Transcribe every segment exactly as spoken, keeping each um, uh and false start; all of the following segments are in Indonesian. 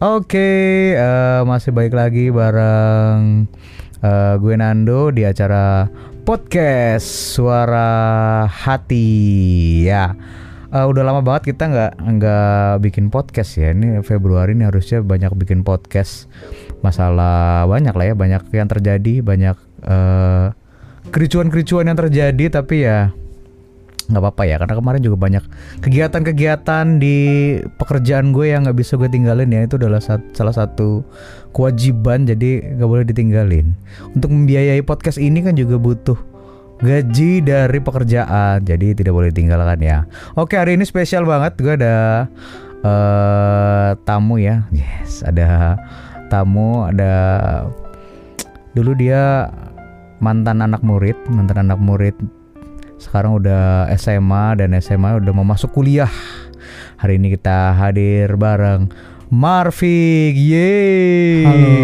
Oke, uh, masih balik lagi bareng uh, gue Nando di acara podcast Suara Hati ya. Uh, udah lama banget kita nggak nggak bikin podcast ya. Ini Februari ini harusnya banyak bikin podcast. Masalah banyak lah ya, banyak yang terjadi, banyak uh, kericuan-kericuan yang terjadi, tapi ya nggak apa-apa ya, karena kemarin juga banyak kegiatan-kegiatan di pekerjaan gue yang nggak bisa gue tinggalin ya. Itu adalah sat- salah satu kewajiban, jadi nggak boleh ditinggalin. Untuk membiayai podcast ini kan juga butuh gaji dari pekerjaan, jadi tidak boleh ditinggalkan ya. Oke, hari ini spesial banget, gue ada uh, tamu ya. Yes, ada tamu, ada dulu dia mantan anak murid, mantan anak murid. Sekarang udah S M A dan S M A udah mau masuk kuliah. Hari ini kita hadir bareng Marvik. Yeay. Halo.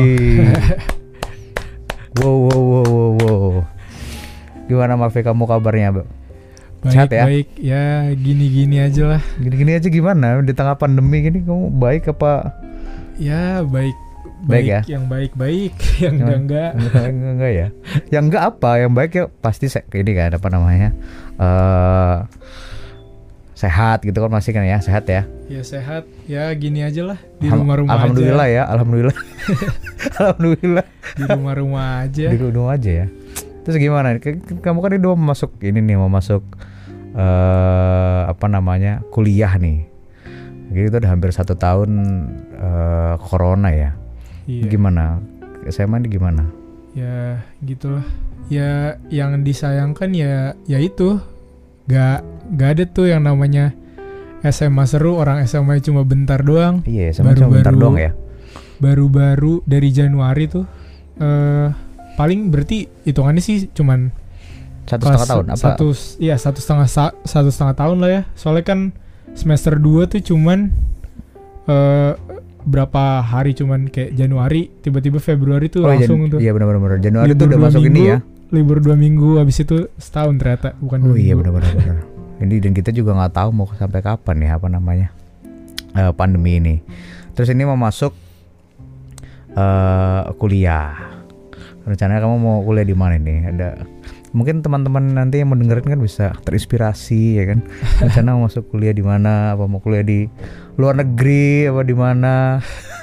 wow, wow, wow, wow, wow. Gimana Marvik, kamu kabarnya, Bang? Baik, Sehat ya? baik. Ya gini-gini aja lah. Gini-gini aja gimana? Di tengah pandemi gini kamu baik apa? Ya baik. Baik ya? Yang baik-baik, yang enggak-enggak. Enggak, enggak ya. Yang enggak apa? Yang baik ya pasti se- ini kan apa namanya? Uh, sehat gitu kan, masih kan ya, sehat ya. Ya sehat. Ya gini aja lah, di Alham- rumah-rumah Alhamdulillah aja. ya, alhamdulillah. Alhamdulillah. Di rumah-rumah aja. Di rumah aja ya. Terus gimana? K- kamu kan udah mau masuk ini nih, mau masuk uh, apa namanya? Kuliah nih. Gitu udah hampir satu tahun uh, corona ya. Iya. Gimana? S M A ini gimana? Ya gitulah. Ya yang disayangkan ya ya itu gak gak ada tuh yang namanya S M A seru, orang S M A cuma bentar doang. Iya, S M A cuma bentar doang ya. Baru-baru dari Januari tuh uh, paling berarti hitungannya sih cuman Satu setengah tahun apa? Satu, iya satu setengah satu setengah tahun lah ya. Soalnya kan semester dua tuh cuman uh, berapa hari, cuman kayak Januari, tiba-tiba Februari tuh oh, langsung Jan- tuh. Iya benar-benar. Januari Libur tuh udah dua masuk minggu, ini ya. Libur dua minggu, habis itu setahun ternyata, bukan dua Oh iya minggu. benar-benar. benar. Ini dan kita juga nggak tahu mau sampai kapan ya apa namanya uh, pandemi ini. Terus ini mau masuk uh, kuliah. Rencananya kamu mau kuliah di mana nih? Ada mungkin teman-teman nanti yang mendengarkan kan bisa terinspirasi ya kan. Rencana mau masuk kuliah di mana? Apa mau kuliah di luar negeri apa di mana?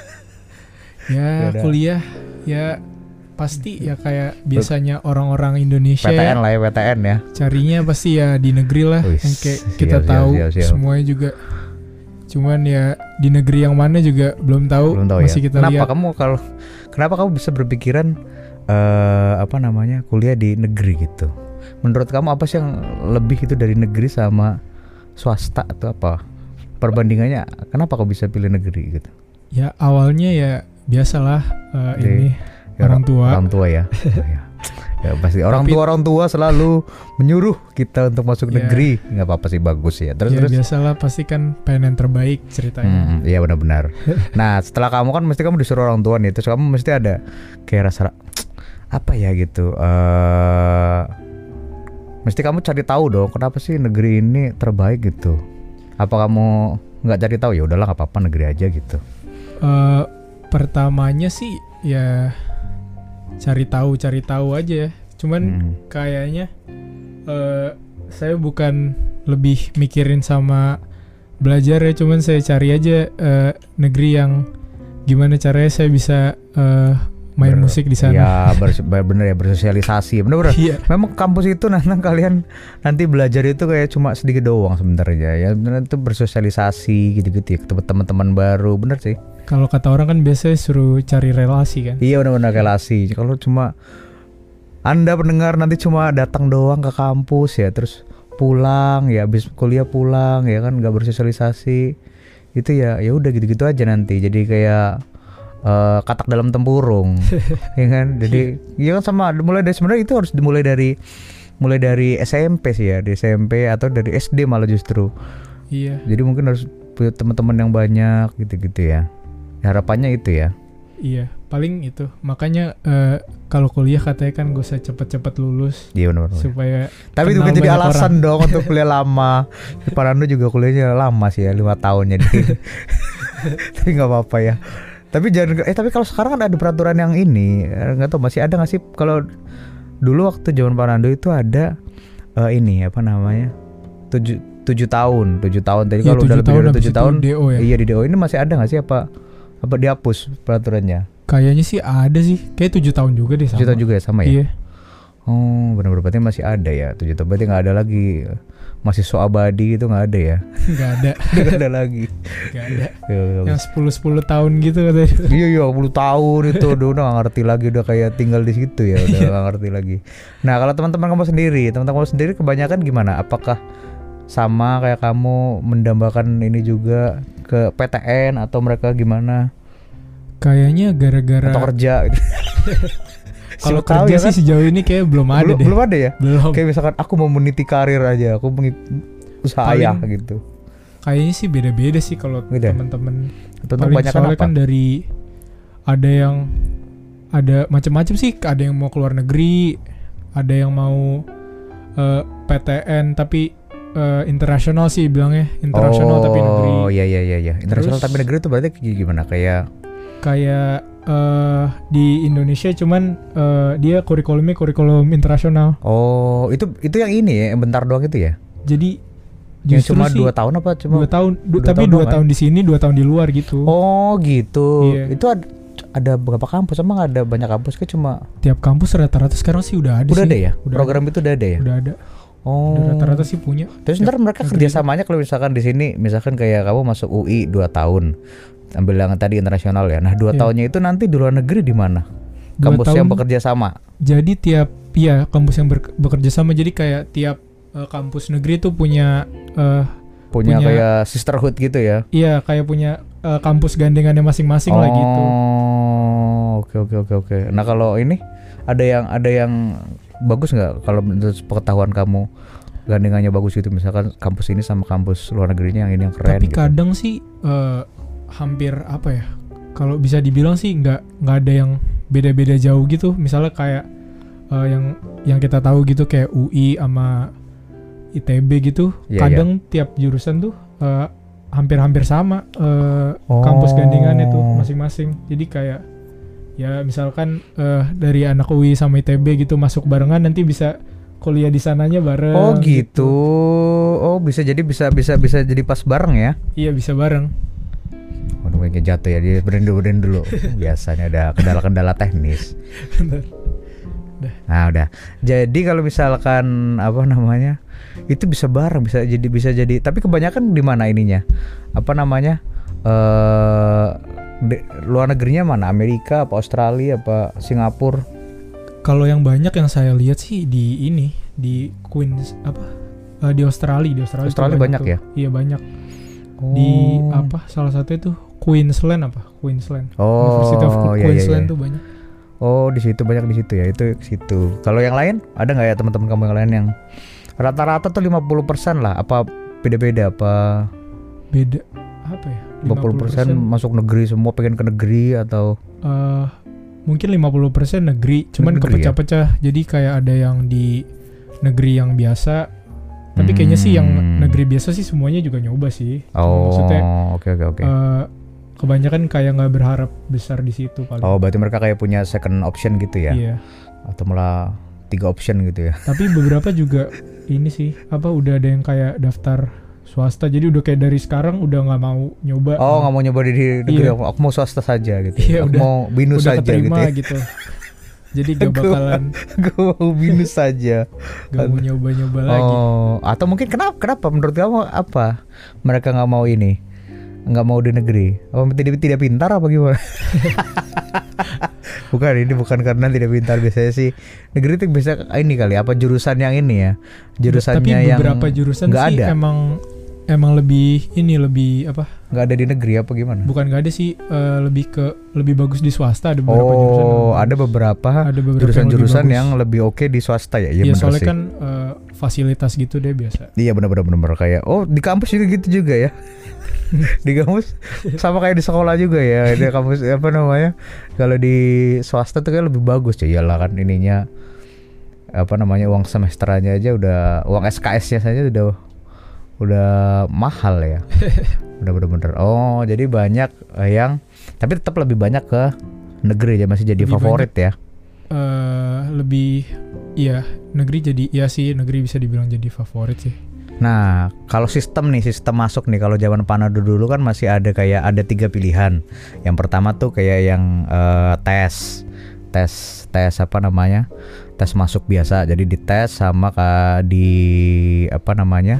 Ya Yaudah. kuliah ya pasti ya kayak biasanya orang-orang Indonesia P T N ya, lah ya, P T N ya. carinya pasti ya di negeri lah. Wih, Yang kayak siap, kita siap, tahu siap, siap. semuanya juga. Cuman ya di negeri yang mana juga belum tahu. Belum tahu Masih ya. kita Kenapa lihat. kamu kalau kenapa kamu bisa berpikiran uh, apa namanya kuliah di negeri gitu? Menurut kamu apa sih yang lebih itu dari negeri sama swasta atau apa? Perbandingannya kenapa kau bisa pilih negeri gitu? Ya awalnya ya biasalah uh, Jadi, ini ya, orang tua. Orang tua ya. ya. Ya pasti orang Tapi- tua orang tua selalu menyuruh kita untuk masuk Ya. negeri. Nggak apa-apa sih, bagus ya. Terus Ya terus. biasalah pasti kan pengen yang terbaik ceritanya. Hmm, iya benar-benar. Nah setelah kamu kan mesti kamu disuruh orang tua nih, terus kamu mesti ada kayak rasa apa ya gitu. Uh, mesti kamu cari tahu dong kenapa sih negeri ini terbaik gitu. Apa kamu nggak cari tahu? Ya udahlah nggak apa-apa negeri aja gitu. Uh, pertamanya sih ya cari tahu cari tahu aja ya. Cuman Hmm. kayaknya uh, saya bukan lebih mikirin sama belajar ya, cuman saya cari aja uh, negeri yang gimana caranya saya bisa uh, main Ber- musik di sana. Ya bers- bener ya bersosialisasi. Bener-bener. Iya. Memang kampus itu nanti kalian nanti belajar itu kayak cuma sedikit doang sebenarnya ya. Bener itu bersosialisasi gitu-gitu ya, ketemu teman-teman baru. Bener sih. Kalau kata orang kan biasanya suruh cari relasi kan. Iya benar-benar relasi. Kalau cuma Anda pendengar nanti cuma datang doang ke kampus ya, terus pulang ya, habis kuliah pulang ya kan, nggak bersosialisasi, itu ya ya udah gitu-gitu aja nanti. Jadi kayak uh, katak dalam tempurung, ya kan. Jadi ya kan sama mulai dari sebenarnya itu harus dimulai dari mulai dari S M P sih ya, di S M P atau dari S D malah justru. Iya. Jadi mungkin harus punya teman-teman yang banyak gitu-gitu ya. Harapannya itu ya. Iya, paling itu. Makanya uh, kalau kuliah katanya kan gak usah cepet-cepet lulus. Iya benar-benar. Supaya Tapi itu kenal kan jadi banyak alasan orang. dong untuk kuliah lama. Parando juga kuliahnya lama sih ya, lima tahun jadi. Tapi nggak apa-apa ya. Tapi jangan eh tapi kalau sekarang kan ada peraturan yang ini, nggak tahu masih ada nggak sih? Kalau dulu waktu zaman Pak Nando itu ada uh, ini apa namanya tujuh tujuh tahun tujuh tahun tadi ya, kalau udah lebih dari tujuh tahun D O ya? Iya di D O ini masih ada nggak sih apa apa dihapus peraturannya? Kayaknya sih ada sih, kayak tujuh tahun juga deh sama. tujuh tahun juga ya sama ya? Iya. Oh benar-benar berarti masih ada ya tujuh tahun, berarti nggak ada lagi mahasiswa abadi itu nggak ada ya? Nggak ada. Nggak ada lagi. Nggak ada. Ya, Yang sepuluh sepuluh tahun gitu katanya. Iya iya sepuluh tahun itu udah udah gak ngerti lagi, udah kayak tinggal di situ ya, udah gak ngerti lagi. Nah kalau teman-teman kamu sendiri, teman-teman kamu sendiri kebanyakan gimana? Apakah sama kayak kamu mendambakan ini juga ke P T N atau mereka gimana? Kayaknya gara-gara atau kerja gitu. Kalau Siapa tahu kerja ya sih kan? sejauh ini kayak belum ada belum, deh. belum ada ya? Belum. Kayak misalkan aku mau meniti karir aja, aku mengik- usaha Paling- ayah gitu. Kayaknya sih beda-beda sih kalau Beda? teman-teman. Atau Paling kebanyakan soalnya apa? kan dari ada yang ada macam-macam sih, ada yang mau keluar negeri, ada yang mau eh, P T N tapi eh, internasional sih bilangnya, internasional oh, tapi negeri. Oh iya iya iya iya. Internasional Terus- tapi negeri itu berarti kayak gimana? Kayak Kayak eh, di Indonesia cuman eh, dia kurikulumnya kurikulum internasional. oh, itu itu yang ini ya, yang bentar doang itu ya? Jadi Yang justru cuma sih dua tahun apa cuma? dua tahun, du- dua tapi tahun dua doang, tahun di sini, dua tahun di luar gitu. Oh gitu. Iya. Itu ada, ada berapa kampus? Emang ada banyak kampus? Kayak cuma Tiap kampus rata-rata sekarang sih udah ada udah sih. ada ya? Udah Program itu udah ada ya? Udah ada. Oh. Udah rata-rata sih punya. Terus ntar mereka negeri. kerjasamanya kalau misalkan di sini, misalkan kayak kamu masuk U I dua tahun, ambil yang tadi internasional ya. Nah dua Iya. tahunnya itu nanti di luar negeri di mana? Dua Kampus yang tahun- bekerja sama. Jadi tiap ya kampus yang ber- bekerja sama, jadi kayak tiap eh, kampus negeri tuh punya eh, Punya, Punya- kayak sisterhood gitu ya? iya kayak punya eh, kampus gandengannya masing-masing lah gitu. Oh, oke oke oke oke. Nah kalau ini ada yang ada yang bagus nggak kalau menurut pengetahuan kamu gandengannya bagus gitu, misalkan kampus ini sama kampus luar negerinya yang ini yang keren Tapi gitu. kadang sih eh, hampir apa ya? Kalau bisa dibilang sih nggak nggak ada yang beda-beda jauh gitu. Misalnya kayak eh, yang yang kita tahu gitu kayak U I sama I T B gitu. Iya, Kadang tiap jurusan tuh eh, hampir-hampir sama eh, Oh. kampus gandengannya tuh masing-masing. Jadi kayak ya misalkan eh, dari anak U I sama I T B gitu masuk barengan, nanti bisa kuliah di sananya bareng. Oh gitu. Oh bisa jadi bisa bisa bisa jadi pas bareng ya. Iya bisa bareng. Waduh kayaknya jatuh ya, dia berhenti dulu berhenti dulu. Biasanya ada kendala-kendala teknis. Bentar. Nah udah. Jadi kalau misalkan apa namanya itu bisa bareng, bisa jadi bisa jadi. Tapi kebanyakan di mana ininya? Apa namanya? Eh de- luar negerinya mana? Amerika, apa Australia, apa Singapura? Kalau yang banyak yang saya lihat sih di ini di Queens apa Eh, di Australia di Australia, tuh Australia banyak tuh. ya? Iya banyak. Oh. Di apa salah satu itu Queensland apa Queensland Oh, University of iya, iya, Queensland iya. tuh banyak. Oh di situ banyak di situ ya, itu ke situ. Kalau yang lain ada nggak ya teman-teman kamu yang lain yang rata-rata tuh lima puluh persen lah? Apa beda-beda apa? Beda apa ya? lima puluh persen masuk negeri semua, pengen ke negeri atau? eh, mungkin lima puluh persen negeri, cuman Negeri ya? kepecah-pecah. Jadi kayak ada yang di negeri yang biasa. Tapi kayaknya sih yang Hmm. negeri biasa sih semuanya juga nyoba sih. Cuma Oh, maksudnya oke oke oke. eh, kebanyakan kayak nggak berharap besar di situ paling. Oh, berarti mereka kayak punya second option gitu ya? Iya. Atau malah tiga option gitu ya? Tapi beberapa juga ini sih apa udah ada yang kayak daftar swasta, jadi udah kayak dari sekarang udah nggak mau nyoba. Oh, nggak mau nyoba di di negeri, Iya. aku, aku mau swasta saja gitu. Iya, aku udah- mau binus udah saja gitu. keterima Ya. gitu. Jadi gak Gua- bakalan Gue mau binus saja. gak mau nyoba-nyoba lagi. Oh, atau mungkin kenapa? Kenapa menurut kamu apa? Mereka nggak mau ini, nggak mau di negeri? Apa tidak tidak pintar apa gimana? Bukan, ini bukan karena tidak pintar, biasanya sih negeri itu bisa ini kali. Apa jurusan yang ini ya? Jurusannya Tapi yang beberapa jurusan nggak sih ada, emang emang lebih ini lebih apa? nggak ada di negeri apa gimana? Bukan gak ada sih, eh, lebih ke lebih bagus di swasta, ada beberapa jurusan. yang Oh, bagus. ada beberapa Ada beberapa jurusan-jurusan yang yang, lebih bagus. lebih oke di swasta ya. Iya Iya, benar soalnya sih. kan eh, fasilitas gitu deh biasa. Iya benar-benar benar kayak oh di kampus juga gitu juga ya. Di kampus sama kayak di sekolah juga ya. Di kampus apa namanya? Kalau di swasta tuh kayak lebih bagus ya. Iyalah kan ininya apa namanya uang semesterannya aja udah, uang S K S-nya saja udah udah mahal ya. Udah bener-bener. Oh, jadi banyak uh, yang tapi tetap lebih banyak ke negeri ya, masih jadi Lebih favorit ya. Uh, lebih iya negeri jadi iya sih negeri bisa dibilang jadi favorit sih. Nah, kalau sistem nih, sistem masuk nih, kalau zaman Panado dulu kan masih ada kayak ada tiga pilihan. Yang pertama tuh kayak yang uh, tes, tes, tes apa namanya, tes masuk biasa. Jadi dites sama ka, di apa namanya,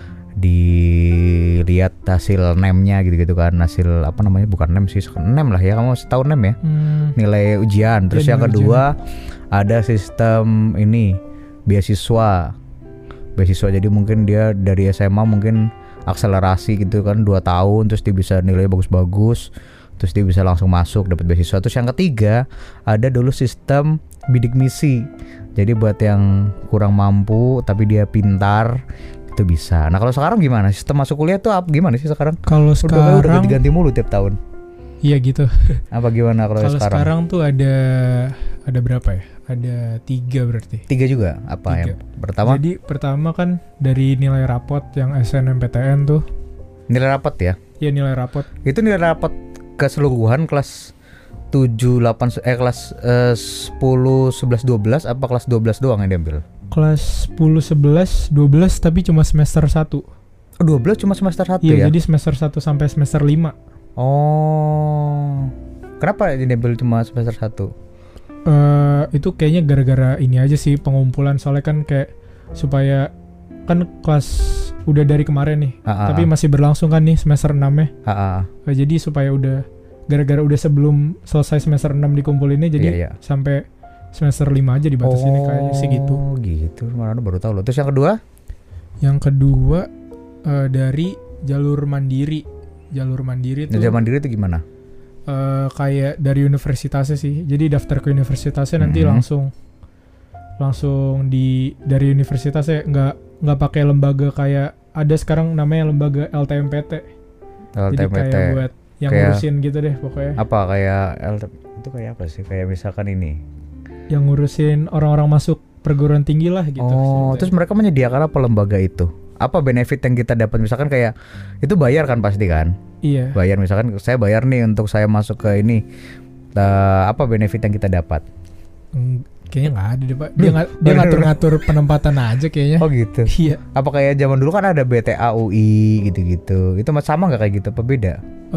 dilihat hasil nem-nya gitu-gitu kan, hasil apa namanya, bukan nem sih, nem lah ya, kamu tahu nem ya, Hmm. nilai ujian. Terus Ya, yang nilai kedua ada sistem ini beasiswa. Beasiswa jadi mungkin dia dari S M A mungkin akselerasi gitu kan dua tahun, terus dia bisa nilai bagus-bagus, terus dia bisa langsung masuk dapat beasiswa. Terus yang ketiga ada dulu sistem bidik misi. Jadi buat yang kurang mampu tapi dia pintar itu bisa. Nah kalau sekarang gimana? Sistem masuk kuliah tuh apa gimana sih sekarang? Kalau Udah, sekarang udah ganti-ganti mulu tiap tahun. iya gitu. Apa gimana kalau Kalau sekarang? sekarang tuh ada ada berapa ya? Ada tiga berarti. Tiga juga. Apa Tiga. yang pertama? Jadi pertama kan dari nilai rapot yang S N M P T N tuh. Nilai rapot ya. Ya nilai rapot. Itu nilai rapot keseluruhan kelas tujuh, delapan, eh kelas eh, sepuluh, sebelas, dua belas apa kelas dua belas doang yang diambil? Kelas sepuluh, sebelas, dua belas tapi cuma semester satu. Oh, dua belas cuma semester satu Iya, ya? jadi semester satu sampai semester lima. Oh. Kenapa yang diambil cuma semester satu? Uh, itu kayaknya gara-gara ini aja sih pengumpulan, soalnya kan kayak supaya kan kelas udah dari kemarin nih, Ah, ah, tapi ah. masih berlangsung kan nih semester enam-nya. Ah, ah. Uh, jadi supaya udah gara-gara udah sebelum selesai semester enam dikumpulinnya, jadi Iya, iya. sampai semester lima aja dibatasinnya kayaknya sih gitu. Oh gitu, mana baru tahu loh. Terus yang kedua? Yang kedua uh, dari jalur mandiri. Jalur mandiri tuh Jalur mandiri itu gimana? uh, kayak dari universitasnya sih. Jadi daftar ke universitasnya nanti Mhm. langsung langsung di dari universitasnya, nggak nggak pakai lembaga kayak ada sekarang namanya lembaga L T M P T. L T M P T. Jadi kayak buat yang Kayak- ngurusin gitu deh pokoknya. Apa kayak L T M P T itu kayak apa sih? Kayak misalkan ini. Yang ngurusin orang-orang masuk perguruan tinggi lah gitu. Oh, sebetulnya. terus mereka menyediakan apa lembaga itu? Apa benefit yang kita dapat? Misalkan kayak itu bayar kan pasti kan? Iya. Bayar, misalkan saya bayar nih untuk saya masuk ke ini. Uh, apa benefit yang kita dapat? Mm, Kayaknya nggak ada deh Pak. Dia nggak dia ngatur-ngatur penempatan aja kayaknya. Oh gitu. Iya. Apa kayak zaman dulu kan ada B T A U I gitu-gitu. Itu sama nggak kayak gitu? Apa beda?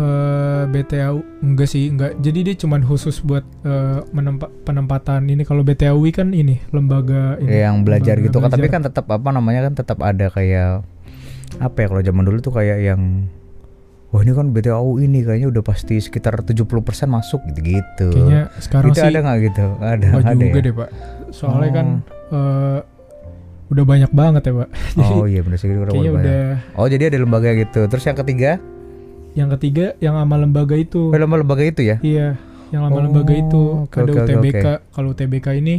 Eh B T A U enggak sih, enggak. Jadi dia cuman khusus buat eh, menempa- penempatan ini. Kalau B T A U I kan ini lembaga ini. Yang belajar lembaga gitu kan. Tapi belajar. kan tetap apa namanya kan tetap ada kayak apa ya, kalau zaman dulu tuh kayak yang wah ini kan B T A U I ini kayaknya udah pasti sekitar tujuh puluh persen masuk gitu-gitu. Kayaknya sekarang Itu sih ada nggak gitu? Ada, nggak ada juga ya? deh Pak. Soalnya Oh. kan eh, udah banyak banget ya Pak. Jadi Oh iya benar sih, udah kayaknya banyak. udah. Oh jadi ada lembaga gitu. Terus yang ketiga, Yang ketiga yang sama lembaga itu. oh, lembaga lembaga itu ya? Iya, yang sama Oh, lembaga itu. oke, Ada oke, oke, U T B K. Kalau U T B K ini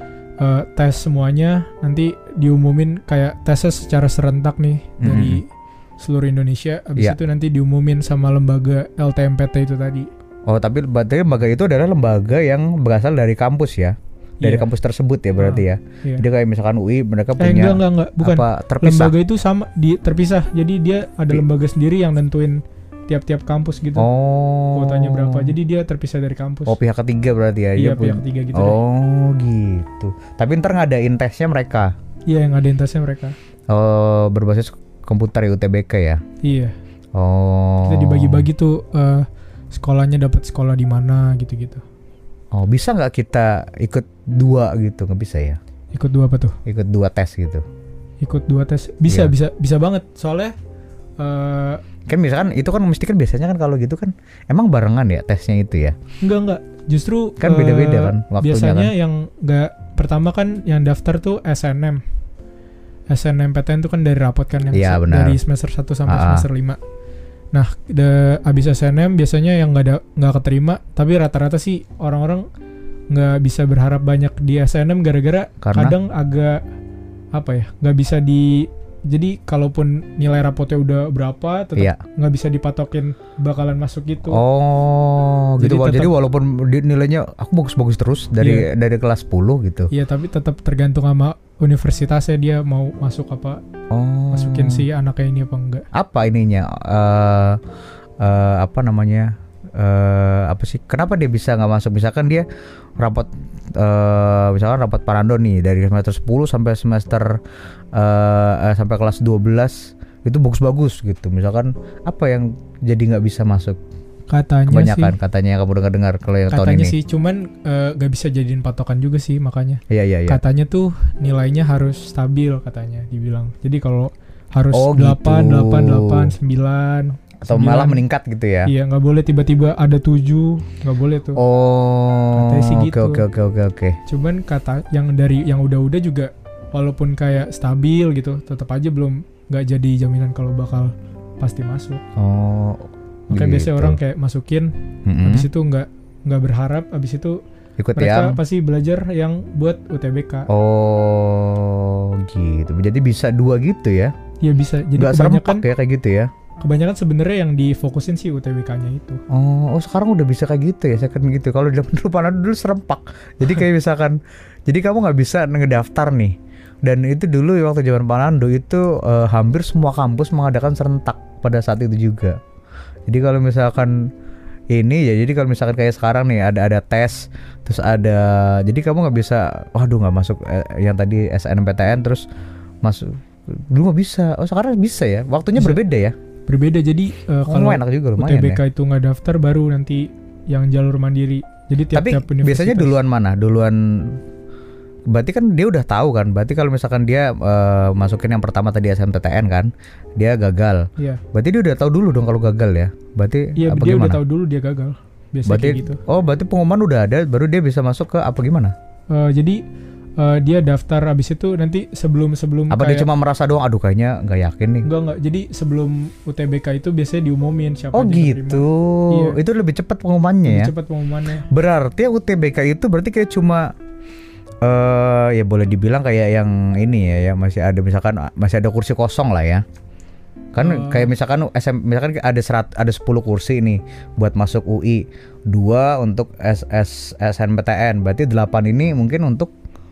eh, tes semuanya nanti diumumin kayak tesnya secara serentak nih dari seluruh Indonesia. Habis Iya. itu nanti diumumin sama lembaga L T M P T itu tadi. Oh tapi berarti lembaga itu adalah lembaga yang berasal dari kampus ya? Dari Iya. kampus tersebut ya berarti ya? Iya. Jadi kayak misalkan U I mereka Eh punya enggak enggak enggak, bukan. apa terpisah? Lembaga itu sama di terpisah. Jadi dia ada Di- lembaga sendiri yang nentuin tiap-tiap kampus gitu. Oh. Kuotanya berapa. Jadi dia terpisah dari kampus. Oh pihak ketiga berarti ya? Iya, Dia punya- pihak ketiga gitu deh. Oh gitu. Tapi ntar ngadain tesnya mereka. Iya, yang ngadain tesnya mereka. Oh berbasis komputer ya U T B K ya? Iya. Oh. Kita dibagi-bagi tuh eh, sekolahnya dapat sekolah di mana gitu-gitu. Oh bisa nggak kita ikut dua gitu? Nggak bisa ya? Ikut dua apa tuh? Ikut dua tes gitu? Ikut dua tes. Bisa, Iya. bisa, bisa banget. Soalnya eh Kan misalkan itu kan mesti kan biasanya kan kalau gitu kan emang barengan ya tesnya itu ya? enggak enggak. Justru Kan eh, beda-beda kan waktunya biasanya kan? yang enggak pertama kan yang daftar tuh S N M. S N M P T N tuh kan dari rapot kan yang Iya, se- benar. dari semester satu sampai Ah. semester lima. Nah, de, abis S N M biasanya yang nggak ada nggak keterima, tapi rata-rata sih orang-orang nggak bisa berharap banyak di S N M gara-gara Karena? kadang agak apa ya, nggak bisa di jadi kalaupun nilai rapotnya udah berapa tetap Iya. nggak bisa dipatokin bakalan masuk gitu. Oh, Jadi gitu. Jadi, tetap- jadi walaupun di- nilainya aku bagus-bagus terus dari dari kelas sepuluh gitu. Iya, tapi tetap tergantung sama universitasnya dia mau masuk apa, Oh. masukin si anaknya ini apa enggak. Apa ininya? Eh eh, apa namanya? Eh apa sih? Kenapa dia bisa nggak masuk? Misalkan dia rapot, eh misalkan rapat Parando nih dari semester sepuluh sampai semester eh eh, sampai kelas dua belas itu bagus-bagus gitu. Misalkan apa yang jadi nggak bisa masuk? Katanya Kebanyakan sih, katanya yang kamu dengar-dengar kalau yang tahun katanya ini. sih, cuman eh, nggak bisa jadiin patokan juga sih makanya. Iya iya iya. Katanya tuh nilainya harus stabil katanya dibilang. Jadi kalau harus Oh, delapan, gitu. delapan, delapan, sembilan Atau malah meningkat gitu ya. Iya, nggak boleh tiba-tiba ada tujuh, nggak boleh tuh. Oh. Katanya sih Oke gitu. oke oke oke oke. Cuman kata yang dari yang udah-udah juga walaupun kayak stabil gitu, tetap aja belum nggak jadi jaminan kalau bakal pasti masuk. Oh. Makanya gitu. biasanya orang kayak masukin, Mm-mm. habis itu nggak nggak berharap, habis itu ikut mereka yang pasti belajar yang buat U T B K. Oh gitu. Jadi bisa dua gitu ya. Ya bisa. Jadi Nggak kebanyakan serempak ya kayak gitu ya. kebanyakan sebenarnya yang difokusin sih U T B K-nya itu. Oh, oh sekarang udah bisa kayak gitu ya, second gitu. Kalau di dulu Panado dulu serempak. Jadi kayak misalkan, jadi kamu nggak bisa ngedaftar nih. Dan itu dulu waktu zaman Panado itu eh, hampir semua kampus mengadakan serentak pada saat itu juga. Jadi kalau misalkan ini ya, jadi kalau misalkan kayak sekarang nih ada ada tes, terus ada, jadi kamu nggak bisa, waduh nggak masuk eh, yang tadi S N M P T N terus masuk. Dulu nggak bisa. Oh sekarang bisa ya. Waktunya Bisa. berbeda ya. Berbeda, jadi uh, Oh, kalau enak juga U T lumayan B ya. K itu nggak daftar baru nanti yang jalur mandiri. Jadi Tapi tiap-tiap universitas. biasanya duluan mana? Duluan, berarti kan dia udah tahu kan. Berarti kalau misalkan dia eh, masukin yang pertama tadi S N M P T N kan, dia gagal. Iya. Berarti dia udah tahu dulu dong kalau gagal ya. Berarti Iya, apa dia gimana? udah tahu dulu dia gagal. Biasanya Berarti kayak gitu. oh berarti pengumuman udah ada, baru dia bisa masuk ke apa gimana? Uh, jadi uh, dia daftar abis itu nanti sebelum sebelum Apa kayak dia cuma merasa doang, aduh kayaknya nggak yakin nih. enggak enggak. Jadi sebelum U T B K itu biasanya diumumin siapa Oh aja yang gitu. terima. Iya. Itu lebih cepat pengumumannya Lebih ya. cepat pengumumannya. Berarti U T B K itu berarti kayak cuma eh ya boleh dibilang kayak yang ini ya, ya masih ada misalkan masih ada kursi kosong lah ya. Kan Oh. kayak misalkan S M, misalkan ada serat, ada sepuluh kursi nih buat masuk U I, dua untuk S S S N P T N, berarti delapan ini mungkin untuk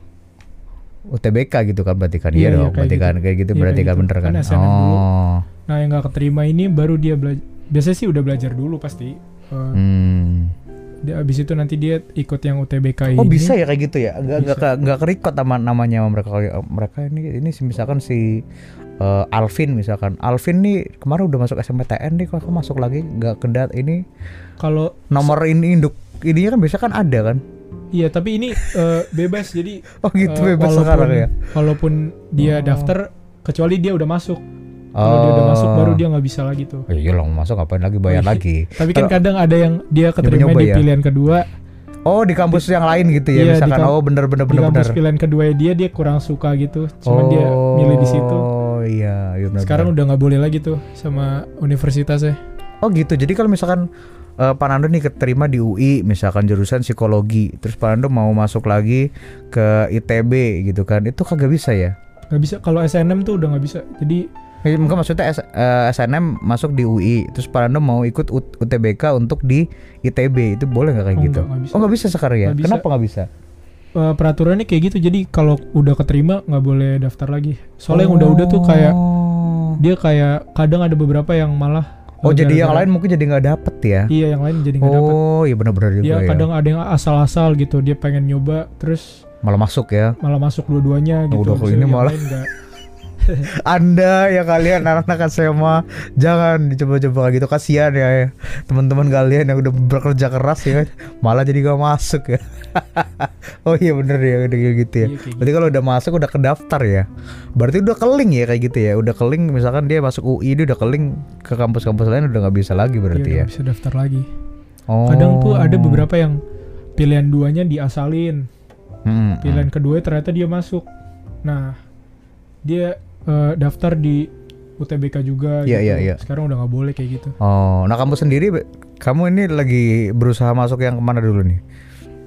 U T B K gitu kan, berarti kan. Iya, Iya iya, dong, kayak berarti gitu. kan kayak gitu Iya, berarti kayak kan gitu. bener kan. Kan S N M dulu. Oh. Nah, yang nggak keterima ini baru dia belajar. Biasanya sih udah belajar dulu pasti. Uh, Hmm. dia, abis itu nanti dia ikut yang U T B K Oh ini. bisa ya kayak gitu ya, nggak nggak Bisa. ke- nggak kerikot sama namanya sama mereka. Mereka ini ini sih misalkan si eh, Alvin misalkan, Alvin nih kemarin udah masuk S M P T N nih, kok kok masuk lagi nggak kedat ini Kalau nomor ini induk ininya kan biasa kan ada kan. iya, tapi ini uh, bebas jadi Oh gitu uh, bebas walaupun, sekarang ya. walaupun dia Oh. daftar kecuali dia udah masuk. Kalau dia udah masuk baru dia nggak bisa lagi tuh. Oh, iya lah masuk ngapain lagi bayar Oh, iya. lagi. Tapi kan Kalau- kadang ada yang dia keterima Nyoba-nyoba di ya? pilihan kedua. Oh di kampus yang lain gitu ya, Iya, di misalkan kamp- oh bener bener Di bener bener. kampus pilihan kedua dia dia kurang suka gitu. Cuman dia milih di situ. Oh iya, iya benar. Sekarang udah nggak boleh lagi tuh sama universitasnya. Oh gitu. Jadi kalau misalkan uh, Panando nih keterima di U I misalkan jurusan psikologi, terus Panando mau masuk lagi ke I T B gitu kan, itu kagak bisa ya? Nggak bisa. Kalau S N M tuh udah nggak bisa. Jadi Eh, mungkin maksudnya S, eh, S N M masuk di U I, terus Panando mau ikut U- UTBK untuk di I T B, itu boleh nggak kayak Oh, gitu? nggak, nggak bisa. Oh nggak bisa sekarang ya? Nggak bisa. Kenapa nggak bisa? uh, peraturannya kayak gitu. Jadi kalau udah keterima nggak boleh daftar lagi. Soalnya yang udah-udah tuh kayak dia kayak kadang ada beberapa yang malah Oh uh, jadi yang gara-gara- lain mungkin jadi nggak dapet ya? Iya, yang lain jadi nggak dapet. Oh iya benar-benar juga Dia ya. kadang ada yang asal-asal gitu. Dia pengen nyoba terus Malah masuk ya. malah masuk dua-duanya Oh, gitu. udah Habis ini itu yang malah- lain nggak. Anda ya kalian anak-anak S M A jangan dicoba-coba kayak gitu, kasihan ya, ya teman-teman kalian yang udah bekerja keras ya kan, malah jadi gak masuk ya. Oh iya bener ya udah kayak gitu ya. Iya, kayak Berarti kalau udah masuk udah kedaftar ya. Berarti udah keling ya kayak gitu ya. Udah keling misalkan dia masuk U I dia udah keling ke kampus-kampus lain udah nggak bisa lagi berarti Iya, ya. nggak bisa daftar lagi. Oh. Kadang tuh ada beberapa yang pilihan duanya diasalin, Hmm, pilihan kedua ternyata dia masuk. Nah, dia eh, daftar di U T B K juga Iya, gitu. iya, iya. Sekarang udah nggak boleh kayak gitu. Oh, nah kamu sendiri, kamu ini lagi berusaha masuk yang kemana dulu nih?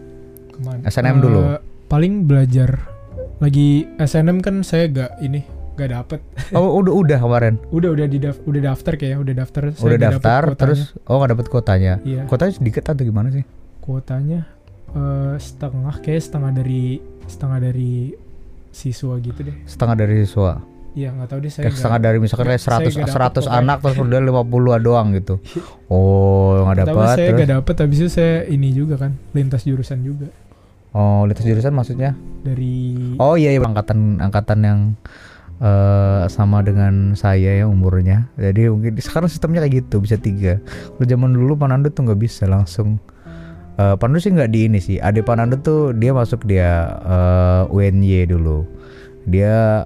Kemana? S N M dulu? Eh, paling belajar. Lagi S N M kan saya gak ini gak dapet. Oh udah udah kemarin. udah udah di daf- udah daftar kayaknya udah daftar. Saya Udah nggak daftar dapet kuotanya. terus oh nggak dapet kuotanya. Iya. Kuotanya sedikit atau gimana sih? Kuotanya eh, setengah kayak setengah dari setengah dari siswa gitu deh. Setengah dari siswa. Iya nggak tahu deh saya. Kayak setengah dari misalkan kayak seratus seratus anak terus udah lima puluh doang gitu. Oh nggak Tapi dapat. saya Terus? gak dapet. Habis itu saya ini juga kan lintas jurusan juga Oh lintas jurusan maksudnya? dari. Oh iya, iya angkatan angkatan yang uh, sama dengan saya ya umurnya. Jadi mungkin sekarang sistemnya kayak gitu bisa tiga. Kalau zaman dulu Panando tuh nggak bisa langsung. Uh, Panando sih nggak di ini sih. Adik Panando tuh dia masuk dia uh, U N Y dulu. Dia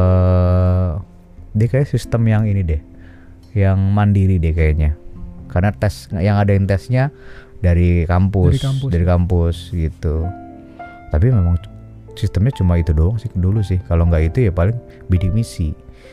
uh, dia kayak sistem yang ini deh, yang mandiri deh kayaknya. Karena tes yang ada yang tesnya dari kampus, Dari kampus. dari kampus gitu. Tapi memang sistemnya cuma itu doang sih dulu sih. Kalau nggak itu ya paling bidik misi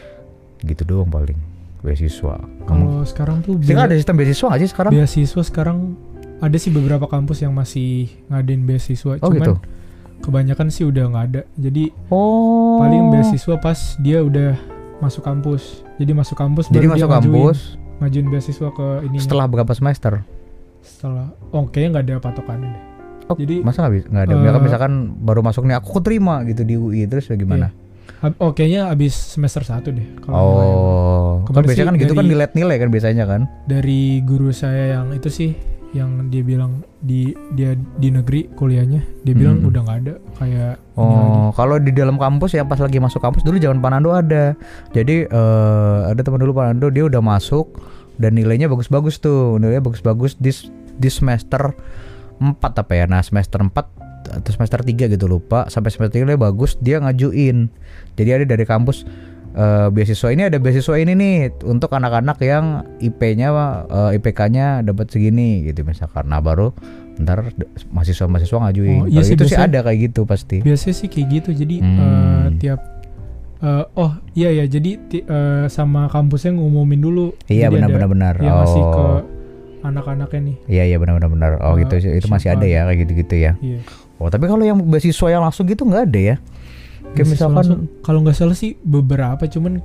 gitu doang paling beasiswa. Kalau sekarang tuh Sih bea- ada sistem beasiswa nggak sih sekarang? beasiswa sekarang ada sih beberapa kampus yang masih ngadain beasiswa. Oh Cuman gitu. kebanyakan sih udah nggak ada. Jadi Oh. paling beasiswa pas dia udah masuk kampus. Jadi masuk kampus Jadi baru masuk dia ngajuin, kampus ngajuin beasiswa ke ini. setelah berapa semester? Setelah oh kayaknya nggak ada patokannya deh. Oh, Jadi masa nggak bisa nggak ada? uh, Misalkan, misalkan baru masuk nih aku keterima gitu di U I terus bagaimana? Hab- oh kayaknya abis semester satu deh. Kalau nilai. Oh, kan Kemarin biasanya sih kan gitu kan dari- dilihat nilai kan biasanya kan? Dari guru saya yang itu sih, yang dia bilang di dia di negeri kuliahnya, dia bilang Hmm. udah nggak ada kayak ini lagi. Oh, kalau di dalam kampus ya pas lagi masuk kampus dulu zaman Panando ada. Jadi eh, ada teman dulu Panando dia udah masuk dan nilainya bagus-bagus tuh, nilainya bagus-bagus di di semester empat apa ya? Nah semester empat atau semester tiga gitu lupa. Sampai semester tiga nilai bagus dia ngajuin. Jadi ada dari kampus eh, beasiswa ini ada beasiswa ini nih untuk anak-anak yang I P-nya eh, I P K-nya dapat segini gitu misalkan. Nah baru ntar d- mahasiswa-mahasiswa ngajuin. Oh, iya Kalau sih, itu sih biasanya- ada kayak gitu pasti. Biasanya sih kayak gitu. Jadi Hmm. eh, tiap eh, oh iya ya jadi ti- eh, sama kampusnya ngumumin dulu. Iya Jadi ada benar-benar benar. yang ngasih ke Oh. anak-anaknya nih. Iya iya benar-benar benar. Oh Uh, gitu itu itu masih siapa? ada ya kayak gitu-gitu ya. Iya. Oh tapi kalau yang beasiswa yang langsung gitu nggak ada ya? Kayak Beasiswa misalkan langsung, kalau nggak salah sih beberapa, cuman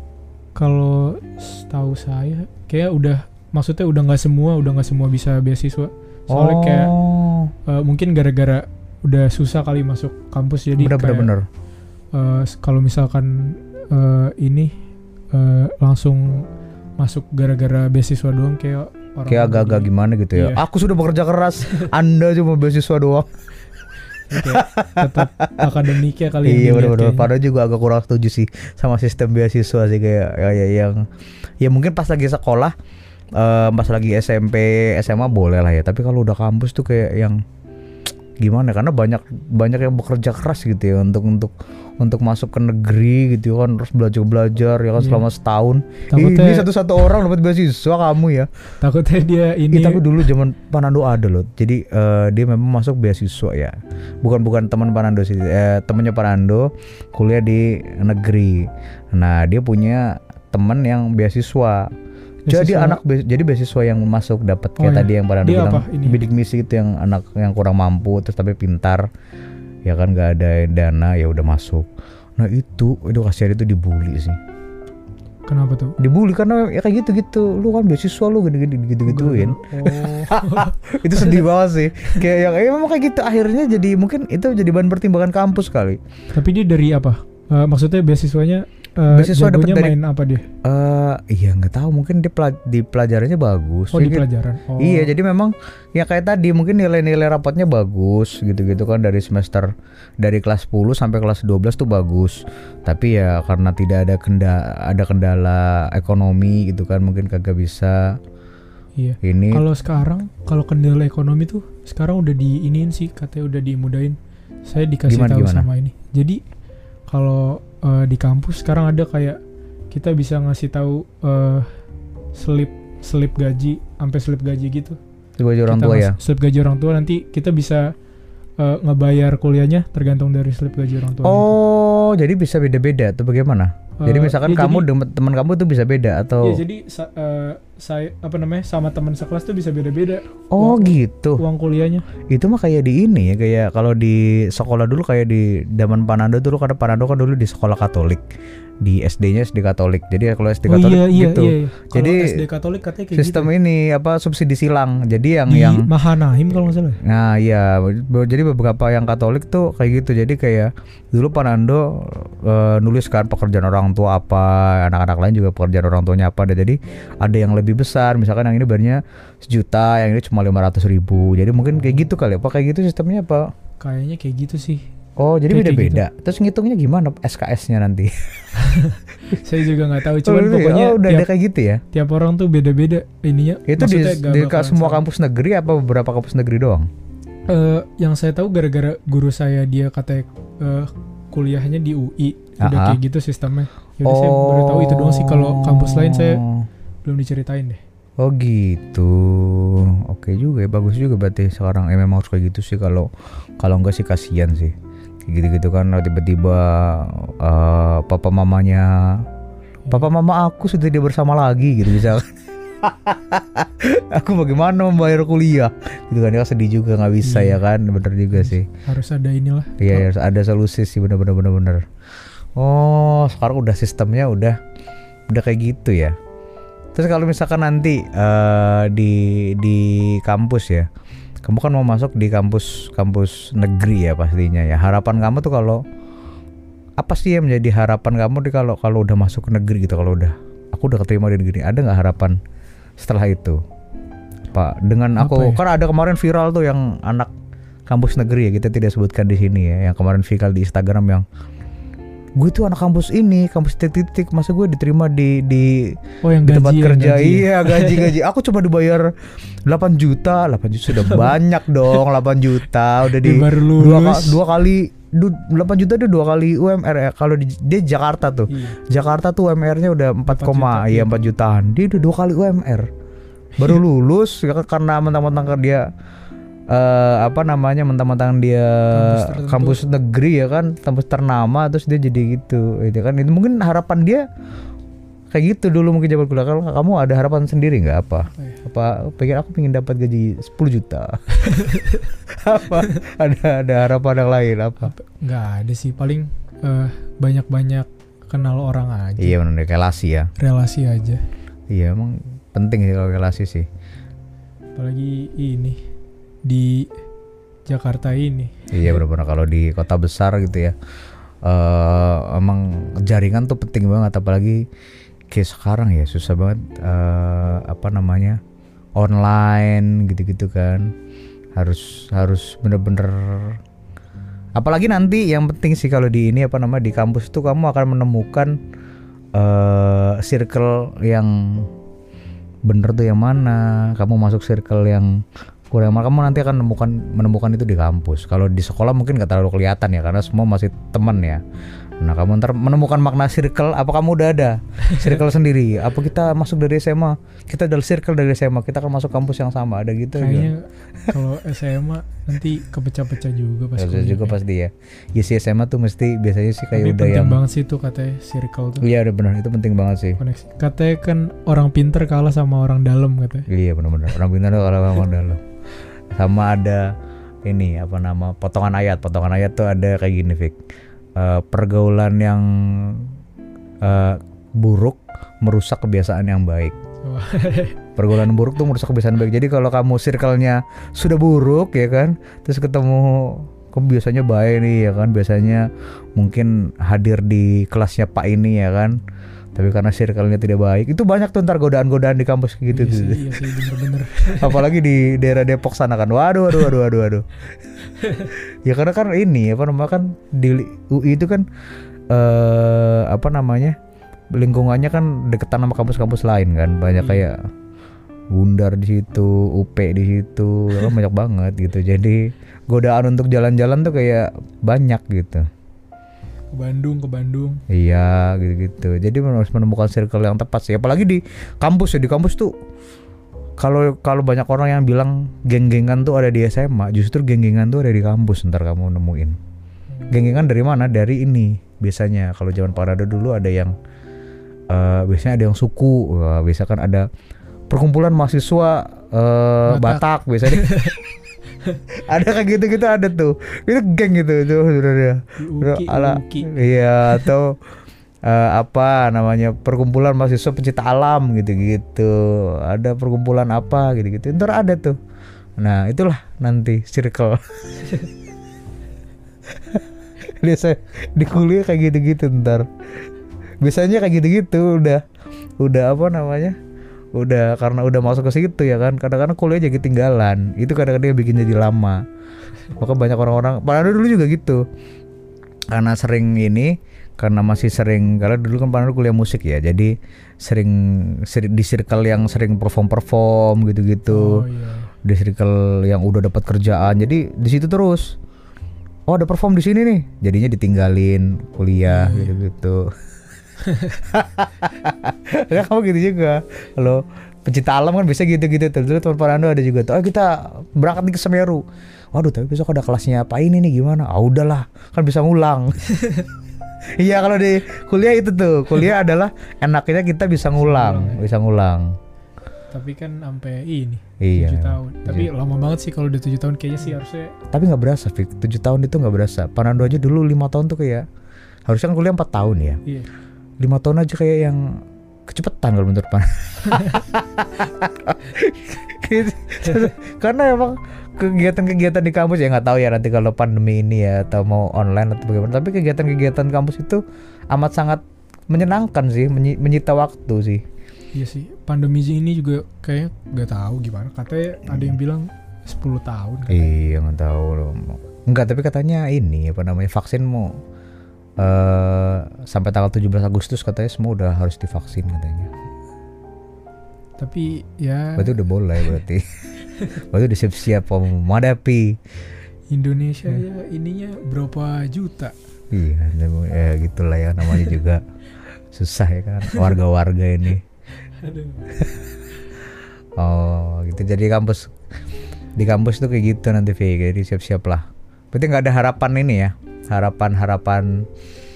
kalau setahu saya kayak udah maksudnya udah nggak semua udah nggak semua bisa beasiswa. Soalnya oh, kayak eh, mungkin gara-gara udah susah kali masuk kampus jadi benar-benar kayak benar. eh, kalau misalkan eh, ini eh, langsung masuk gara-gara beasiswa doang kayak orang Kayak agak-agak gimana gitu ya. Iya. Aku sudah bekerja keras, Anda cuma beasiswa doang. kayak tetap akademiknya kali yang Iya dilihat benar-benar. kayaknya. Padahal juga agak kurang setuju sih sama sistem beasiswa sih kayak kayak yang ya mungkin pas lagi sekolah eh, pas lagi S M P S M A boleh lah ya. Tapi kalau udah kampus tuh kayak yang gimana? Karena banyak banyak yang bekerja keras gitu ya untuk untuk untuk masuk ke negeri gitu kan, terus belajar belajar ya kan Iya. selama setahun. Takutnya- Ini satu-satu orang dapat beasiswa kamu ya. Takutnya dia ini Ih, tapi dulu zaman Panando ada loh. Jadi eh, dia memang masuk beasiswa ya. Bukan bukan teman Panando sih. Eh, temennya Panando kuliah di negeri. Nah dia punya teman yang beasiswa. Jadi Beasiswa- anak be- jadi beasiswa yang masuk dapat kayak Oh, iya. tadi yang Panando Dia bilang apa ini? bidik misi itu yang anak yang kurang mampu terus tapi pintar. Ya kan nggak ada dana ya udah masuk. Nah itu itu kasihan itu dibully sih. kenapa tuh? Dibully karena ya kayak gitu-gitu. Lu kan beasiswa lu gini-gini gitu-gituin. Oh. Itu sedih banget sih. Kayak yang ya memang kayak gitu akhirnya jadi mungkin itu jadi bahan pertimbangan kampus kali. Tapi dia dari apa? Eh, maksudnya beasiswanya eh, Beasiswa dapet jagonya dari- main apa dia? Eh iya nggak tahu mungkin di, pela- di pelajarannya bagus. Oh di Jadi- pelajaran. Oh. Iya jadi memang ya kayak tadi mungkin nilai-nilai rapotnya bagus gitu-gitu kan dari semester dari kelas sepuluh sampai kelas dua belas tuh bagus. Tapi ya karena tidak ada kendala ada kendala ekonomi gitu kan mungkin kagak bisa Iya. ini. Kalau sekarang kalau kendala ekonomi tuh sekarang udah diiniin sih, katanya udah dimudahin. Saya dikasih Gimana, tahu gimana? sama ini. Jadi kalau eh, di kampus sekarang ada kayak kita bisa ngasih tahu eh, slip slip gaji sampai slip gaji gitu. Sebagai orang Kita tua ya. ngas- Slip gaji orang tua nanti kita bisa eh, ngebayar kuliahnya tergantung dari slip gaji orang tua. Oh jadi bisa beda-beda atau bagaimana? Jadi Eh, misalkan ya kamu jadi- dengan teman kamu tuh bisa beda atau Iya jadi sa- eh, saya apa namanya sama teman sekelas tuh bisa beda-beda oh uang, gitu. uang kuliahnya. Itu mah kayak di ini ya, kayak kalau di sekolah dulu kayak di zaman Panando dulu, karena Panando kan dulu di sekolah Katolik. Di S D-nya S D Katolik. Jadi kalau S D Oh Katolik iya iya gitu. iya. iya. Kalau Jadi S D Katolik katanya kayak Sistem gitu. ini apa subsidi silang. Jadi yang Di yang Mahanaim kalau nggak salah. nah iya, be- jadi beberapa yang Katolik tuh kayak gitu. Jadi kayak dulu Panando uh, nulis kan pekerjaan orang tua apa, anak-anak lain juga pekerjaan orang tuanya apa. Dan jadi ada yang lebih besar, misalkan yang ini bayarnya sejuta, yang ini cuma lima ratus ribu. Jadi mungkin kayak gitu kali, apa kayak gitu sistemnya apa? Kayaknya kayak gitu sih. Oh jadi Kayak- kayak beda-beda. Terus ngitungnya gimana S K S-nya nanti? Saya juga nggak tahu. Oh, Cuman gitu ya? pokoknya oh, udah tiap, ada kayak gitu ya. tiap orang tuh beda-beda ininya. Itu di, Maksudnya nggak di bakalan semua sama. kampus negeri apa beberapa kampus negeri doang? Eh, yang saya tahu gara-gara guru saya dia katanya eh, kuliahnya di U I udah Aha. kayak gitu sistemnya. Yaudah saya baru tahu itu doang sih. Kalau kampus lain saya Oh. belum diceritain deh. Oh gitu, oke juga ya, bagus juga berarti sekarang. Eh memang harus kayak gitu sih, kalau kalau enggak sih kasihan sih, kayak gitu-gitu kan tiba-tiba uh, papa mamanya, papa mama aku sudah tidak bersama lagi gitu misalkan. Aku bagaimana membayar kuliah, gitu kan ya, sedih juga nggak bisa Iya. ya kan, bener juga sih. Harus ada inilah. Iya harus ada solusi sih, bener-bener bener-bener. Oh sekarang udah sistemnya udah udah kayak gitu ya. Terus kalau misalkan nanti uh, di di kampus ya, kamu kan mau masuk di kampus kampus negeri ya pastinya ya. Harapan kamu tuh kalau apa sih yang menjadi harapan kamu di kalau kalau udah masuk ke negeri gitu, kalau udah aku udah keterima di negeri, ada nggak harapan setelah itu? Pak dengan aku Apa ya? kan ada kemarin viral tuh yang anak kampus negeri ya, kita tidak sebutkan di sini ya, yang kemarin viral di Instagram yang gue tuh anak kampus ini, kampus titik-titik, masa gue diterima di di, Oh yang di gaji tempat ya, kerja. gaji ya. Iya gaji-gaji, aku cuma dibayar delapan juta. delapan juta sudah banyak dong. Delapan juta udah di Dia baru dua, lulus. ka- dua kali du- delapan juta itu dua kali U M R ya. Kalau di dia Jakarta tuh, Iya. Jakarta tuh U M R-nya udah empat, empat juta, iya iya. empat jutaan. Dia udah dua kali U M R. Baru lulus ya, karena mentang-mentang dia eh apa namanya mentang-mentang dia Kampus tertentu. kampus negeri ya kan, kampus ternama, terus dia jadi gitu itu kan. Itu mungkin harapan dia kayak gitu dulu mungkin zaman kuliah. Kalau kamu ada harapan sendiri nggak apa Apa ya? apa pengen aku pengen dapat gaji sepuluh juta. Apa ada ada harapan yang lain apa? Apa- Nggak ada sih, paling eh, banyak-banyak kenal orang aja. Iya benar, relasi ya. Relasi aja. Iya emang penting sih kalau relasi sih. Apalagi ini di Jakarta ini. Iya benar-benar kalau di kota besar gitu ya, eh emang jaringan tuh penting banget, apalagi kayak sekarang ya susah banget eh apa namanya online gitu-gitu kan, harus harus bener-bener. Apalagi nanti yang penting sih kalau di ini apa namanya di kampus tuh kamu akan menemukan eh circle yang bener tuh yang mana. Kamu masuk circle yang kurang, kamu nanti akan menemukan menemukan itu di kampus. Kalau di sekolah mungkin gak terlalu kelihatan ya, karena semua masih teman ya. Nah kamu ntar menemukan makna circle, apa kamu udah ada circle sendiri? Apa kita masuk dari S M A, kita dari circle dari S M A, kita akan masuk kampus yang sama, ada gitu? Kayaknya kalau S M A nanti kepecah-pecah juga pas Pasti kuliah. juga pasti ya. Ya si S M A tuh mesti biasanya sih kayak Tapi udah penting yang. banget sih tuh katanya circle tuh. Iya udah benar, itu penting banget sih. Koneksi. Katanya kan orang pinter kalah sama orang dalam katanya. Iya benar-benar. Orang pintar tuh kalau ngomong dalam. Sama ada ini apa nama potongan ayat, potongan ayat tuh ada kayak gini Fik. Uh, pergaulan yang uh, buruk merusak kebiasaan yang baik. Oh. Pergaulan buruk tuh merusak kebiasaan baik. Jadi kalau kamu circle-nya sudah buruk ya kan, terus ketemu kamu biasanya baik nih ya kan, biasanya mungkin hadir di kelasnya Pak ini ya kan, tapi karena circle-nya tidak baik, itu banyak tuh ntar godaan-godaan di kampus gitu Iya tuh. sih, iya sih bener-bener. Apalagi di daerah Depok sana kan, waduh waduh waduh waduh waduh. Ya karena kan ini apa namanya kan di U I itu kan eh apa namanya lingkungannya kan deketan sama kampus-kampus lain kan, banyak Iya. kayak Gundar di situ, U P di situ, kan banyak banget gitu. Jadi godaan untuk jalan-jalan tuh kayak banyak gitu. Ke Bandung, ke Bandung. Iya gitu-gitu. Jadi harus menemukan circle yang tepat sih. Apalagi di kampus ya, di kampus tuh kalau kalau banyak orang yang bilang geng-gengan tuh ada di S M A, justru geng-gengan tuh ada di kampus. Ntar kamu nemuin. Geng-gengan dari mana? Dari ini. Biasanya kalau zaman Parado dulu ada yang uh, biasanya ada yang suku, uh, biasa kan ada perkumpulan mahasiswa uh, Batak. Batak biasanya. Ada kayak gitu-gitu ada tuh. Itu geng gitu tuh sebenarnya. Ala iya atau uh, apa namanya perkumpulan mahasiswa pencinta alam gitu-gitu. Ada perkumpulan apa gitu-gitu. Ntar ada tuh. Nah, itulah nanti circle. Biasa di kuliah kayak gitu-gitu ntar. Biasanya kayak gitu-gitu udah udah apa namanya? Udah karena udah masuk ke situ ya kan. Kadang-kadang kuliah jadi ketinggalan. Itu kadang-kadang bikin jadi lama. Maka banyak orang-orang, padahal dulu juga gitu. Karena sering ini, karena masih sering, karena dulu kan Pandu kuliah musik ya. Jadi sering, sering di circle yang sering perform-perform gitu-gitu. Oh, iya. Di circle yang udah dapat kerjaan. Jadi di situ terus. Oh ada perform di sini nih, jadinya ditinggalin kuliah hmm. gitu-gitu. Ya kamu gitu juga. Kalau pencinta alam kan biasa gitu-gitu. Terus teman Parando ada juga tuh. Oh kita berangkat nih ke Semeru. Waduh tapi besok ada kelasnya apa ini nih gimana? Ah udahlah, kan bisa ngulang. Iya kalau di kuliah itu tuh, kuliah adalah enaknya kita bisa ngulang, bisa ngulang. Tapi kan sampai ini iya, tujuh tahun. Tapi iya. lama banget sih kalau udah tujuh tahun kayaknya sih harusnya. Tapi nggak berasa, Fik. tujuh tahun itu nggak berasa. Panando aja dulu lima tahun tuh kayak harusnya kan kuliah empat tahun ya. Iya. lima tahun aja kayak yang kecepetan kalau menurut Pan. Karena emang kegiatan-kegiatan di kampus ya nggak tahu ya nanti kalau pandemi ini ya atau mau online atau bagaimana. Tapi kegiatan-kegiatan kampus itu amat sangat menyenangkan sih, menyi- menyita waktu sih. Iya sih, pandemi ini juga kayak nggak tahu gimana. Katanya hmm. ada yang bilang sepuluh tahun. Katanya. Iya nggak tahu loh. Enggak, tapi katanya ini apa namanya vaksin mau uh, sampai tanggal tujuh belas Agustus katanya semua udah harus divaksin katanya. Tapi ya. Berarti udah boleh berarti. Berarti udah siap-siap menghadapi. Indonesia hmm. ya ininya berapa juta? Iya, ya gitulah ya namanya juga susah ya kan warga-warga ini. Aduh. Oh gitu, jadi kampus di kampus tuh kayak gitu nanti V, jadi siap-siap lah. Berarti nggak ada harapan ini ya, harapan-harapan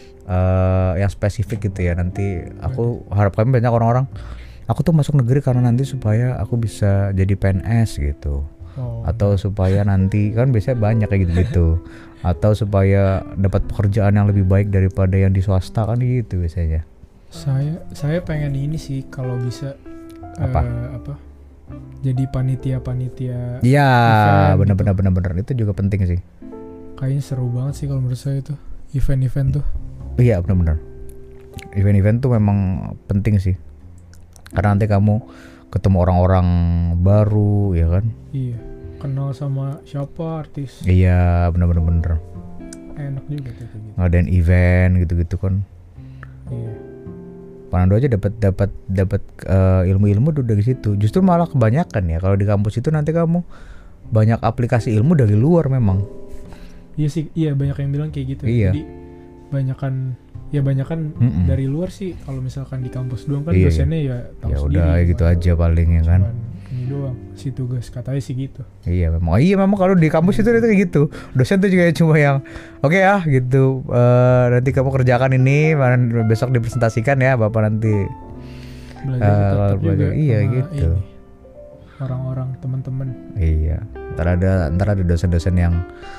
uh, yang spesifik gitu ya. Nanti aku harapkan banyak orang-orang, aku tuh masuk negeri karena nanti supaya aku bisa jadi P N S gitu. Oh, atau iya. Supaya nanti kan biasanya banyak kayak gitu-gitu. Atau supaya dapat pekerjaan yang lebih baik daripada yang di swasta kan gitu biasanya. Saya saya pengen ini sih kalau bisa apa uh, apa jadi panitia-panitia. Iya benar-benar gitu. benar-benar itu juga penting sih. Kayaknya seru banget sih kalau menurut saya itu event-event tuh. Iya benar-benar event-event tuh memang penting sih karena nanti kamu ketemu orang-orang baru ya kan. Iya kenal sama siapa artis. Iya benar-benar benar. Enak juga tuh gitu. Ngadain event gitu-gitu kan. Iya. Panando aja dapat dapat dapat uh, ilmu-ilmu dari situ. Justru malah kebanyakan ya kalau di kampus itu nanti kamu banyak aplikasi ilmu dari luar memang. Iya sih, iya banyak yang bilang kayak gitu. Iya. Jadi banyakan ya banyakan Mm-mm. dari luar sih. Kalau misalkan di kampus doang kan iya, dosennya iya. ya tahu ya sendiri. Ya udah gitu aja paling ya kan. Ini doang si tugas katanya sih gitu. Iya memang. Oh, iya memang kalau di kampus itu itu kayak gitu. Dosen tuh juga cuma yang oke okay ya gitu. Uh, nanti kamu kerjakan ini, besok dipresentasikan ya Bapak nanti. Belajar uh, tetap juga. Iya gitu. Ini, orang-orang teman-teman. Iya. Ntar ada ntar ada dosen-dosen yang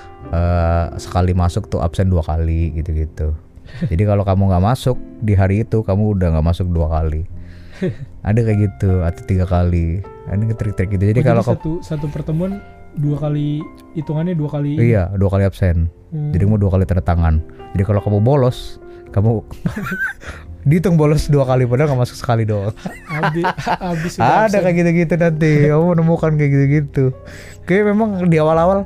uh, sekali masuk tuh absen dua kali gitu-gitu. Jadi kalau kamu nggak masuk di hari itu kamu udah nggak masuk dua kali. Ada kayak gitu atau tiga kali. Ini trik-trik gitu. Jadi oh, kalau satu satu pertemuan dua kali hitungannya dua kali. Iya, dua kali absen. Hmm. Jadi kamu dua kali tanda tangan. Jadi kalau kamu bolos, kamu dihitung bolos dua kali padahal nggak masuk sekali doang. Habis habis ada kayak gitu-gitu nanti. Kamu menemukan kayak gitu-gitu. Kayak memang di awal-awal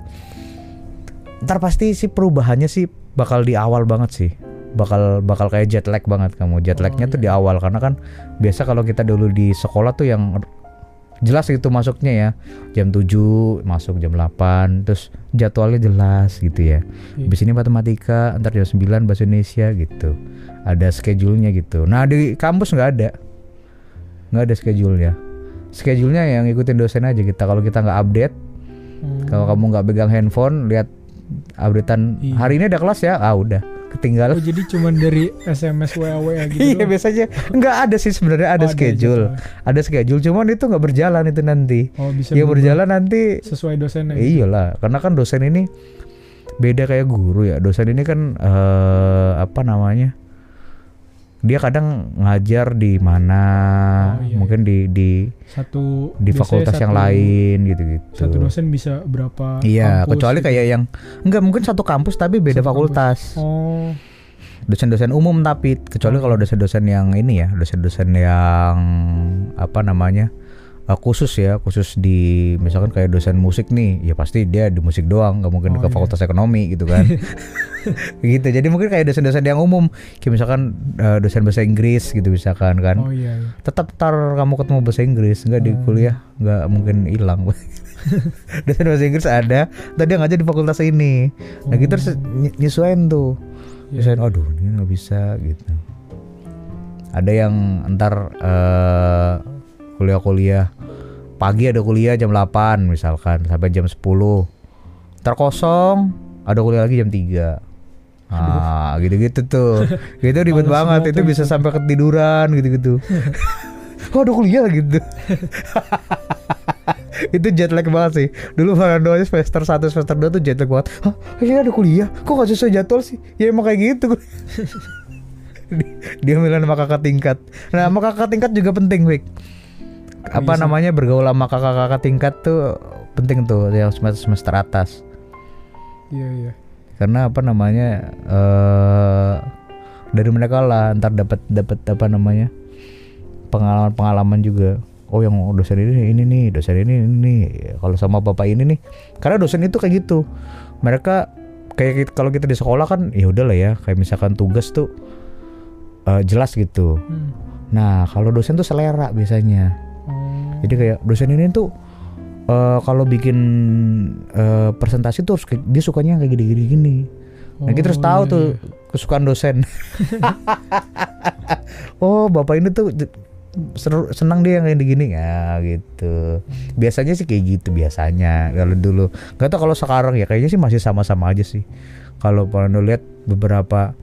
ntar pasti sih perubahannya sih bakal di awal banget sih. bakal bakal kayak jet lag banget kamu. Jet lagnya oh, tuh iya. Di awal karena kan biasa kalau kita dulu di sekolah tuh yang jelas gitu masuknya ya jam tujuh masuk jam delapan terus jadwalnya jelas gitu ya. Iya. Habis ini matematika ntar jam sembilan bahasa Indonesia gitu. Ada schedule-nya gitu. Nah di kampus nggak ada nggak ada schedule-nya. Schedule-nya yang ngikutin dosen aja kita. Kalau kita nggak update, hmm. kalau kamu nggak pegang handphone lihat updatean Iya. hari ini ada kelas ya, ah udah ketinggalan. Oh jadi cuman dari S M S W A W A gitu Iya doang? biasanya nggak ada sih sebenarnya, ada Oh, ada schedule, jadwal. ada schedule, cuman itu nggak berjalan itu nanti. Oh bisa Ya berubah berjalan nanti. sesuai dosennya. Iyalah, karena kan dosen ini beda kayak guru ya. Dosen ini kan eh, apa namanya? Dia kadang ngajar di mana, Oh, iya, mungkin di di Satu di biasanya fakultas yang satu- lain gitu-gitu. Satu dosen bisa berapa Iya, kampus kecuali gitu. kayak yang enggak mungkin satu kampus tapi beda Satu fakultas. Oh Dosen-dosen umum tapi kecuali Oh. kalau dosen-dosen yang ini ya, dosen-dosen yang apa namanya? eh, khusus ya, khusus di misalkan kayak dosen musik nih, ya pasti dia di musik doang, nggak mungkin Oh, ke iya. fakultas ekonomi gitu kan. Gitu. Jadi mungkin kayak dosen-dosen yang umum, kayak misalkan eh, dosen bahasa Inggris gitu misalkan kan. Oh iya, iya. Tetap tar kamu ketemu bahasa Inggris, nggak di Hmm. kuliah nggak mungkin hilang. Dosen bahasa Inggris ada, tadi dia ngajar di fakultas ini. Nah kita harus ny- nyesuaiin tuh. Iya. Nyesuaiin, aduh ini nggak bisa gitu. Ada yang ntar eh, kuliah-kuliah pagi ada kuliah jam delapan misalkan sampai jam sepuluh. Ntar kosong ada kuliah lagi jam tiga. Ah, gitu-gitu tuh. Gitu ribet Males banget. banget Itu tuh bisa itu. sampai ketiduran gitu-gitu. Kok ada kuliah gitu. Itu jet lag banget sih. Dulu Fernando aja semester satu semester dua tuh jet lag banget. Hah, akhirnya ada kuliah. Kok gak sesuai jadwal sih? Ya emang kayak gitu. Dia bilang sama kakak tingkat. Nah, sama kakak tingkat juga penting, Wik. Apa Iya sih. namanya, bergaul sama kakak-kakak tingkat tuh penting tuh yang semester semester atas. Iya iya. Karena apa namanya eh dari mereka lah ntar dapat dapat apa namanya pengalaman-pengalaman juga. Oh yang dosen ini ini nih, dosen ini ini nih. Kalau sama bapak ini nih, karena dosen itu kayak gitu. Mereka kayak kit- kalau kita di sekolah kan ya udahlah ya, kayak misalkan tugas tuh eh, jelas gitu. Hmm. Nah kalau dosen tuh selera biasanya. Oh. Jadi kayak dosen ini tuh eh, kalau bikin eh, presentasi tuh harus kayak- dia sukanya kayak gini-gini gini. Nah kita harus Oh, tahu iya, tuh iya. kesukaan dosen. Oh bapak ini tuh j- seru, senang dia yang kayak gini ya gitu. Biasanya sih kayak gitu biasanya kalau dulu. Gak tau kalau sekarang ya kayaknya sih masih sama-sama aja sih. Kalau pernah lihat beberapa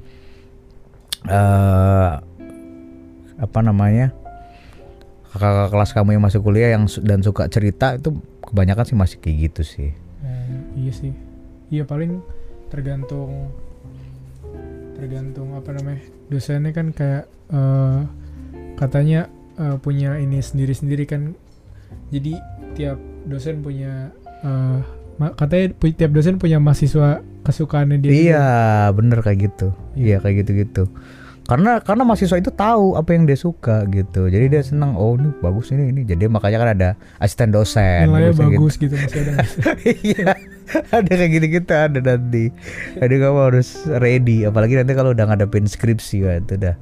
eh apa namanya kakak kelas kamu yang masih kuliah yang su- dan suka cerita itu kebanyakan sih masih kayak gitu sih. Eh, iya sih. Iya paling tergantung tergantung apa namanya dosennya kan kayak eh, katanya eh, punya ini sendiri-sendiri kan. Jadi tiap dosen punya eh, ma- katanya pu- tiap dosen punya mahasiswa kesukaannya dia. Iya, bener kayak gitu. Iya, kayak gitu-gitu. Karena karena mahasiswa itu tahu apa yang dia suka gitu. Jadi dia senang, oh ini bagus ini ini. Jadi makanya kan ada asisten dosen. Nilainya dosen bagus gitu masih ada. nggak sih? Iya, ada kayak gitu-gitu ada nanti. Jadi kamu harus ready. Apalagi nanti kalau udah ngadepin skripsi, wah, itu udah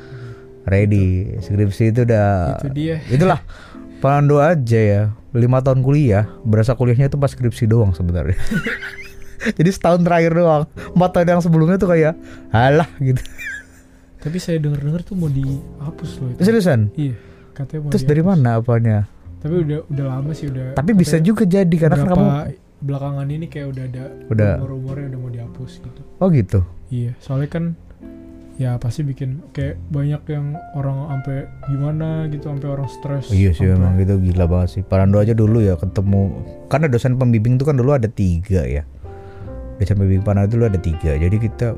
ready. Skripsi itu udah. Itu dia. Itulah Panando aja ya. Lima tahun kuliah, berasa kuliahnya itu pas skripsi doang sebenarnya. Jadi setahun terakhir doang. Empat tahun yang sebelumnya tuh kayak halah gitu. Tapi saya dengar-dengar tuh mau dihapus loh itu. Seriusan? Iya, katanya mau Terus dari dihapus. mana apanya? Tapi udah udah lama sih udah. Tapi bisa katanya juga jadi karena kan berapa kamu belakangan ini kayak udah ada Udah. rumor-rumornya udah mau dihapus gitu. oh gitu. Iya, soalnya kan ya pasti bikin kayak banyak yang orang sampai gimana gitu, sampai orang stres. Oh, iya sih sampai- memang gitu gila banget sih. Panando aja dulu ya ketemu karena dosen pembimbing itu kan dulu ada tiga ya. Dosen pembimbing Panando dulu ada tiga. Jadi kita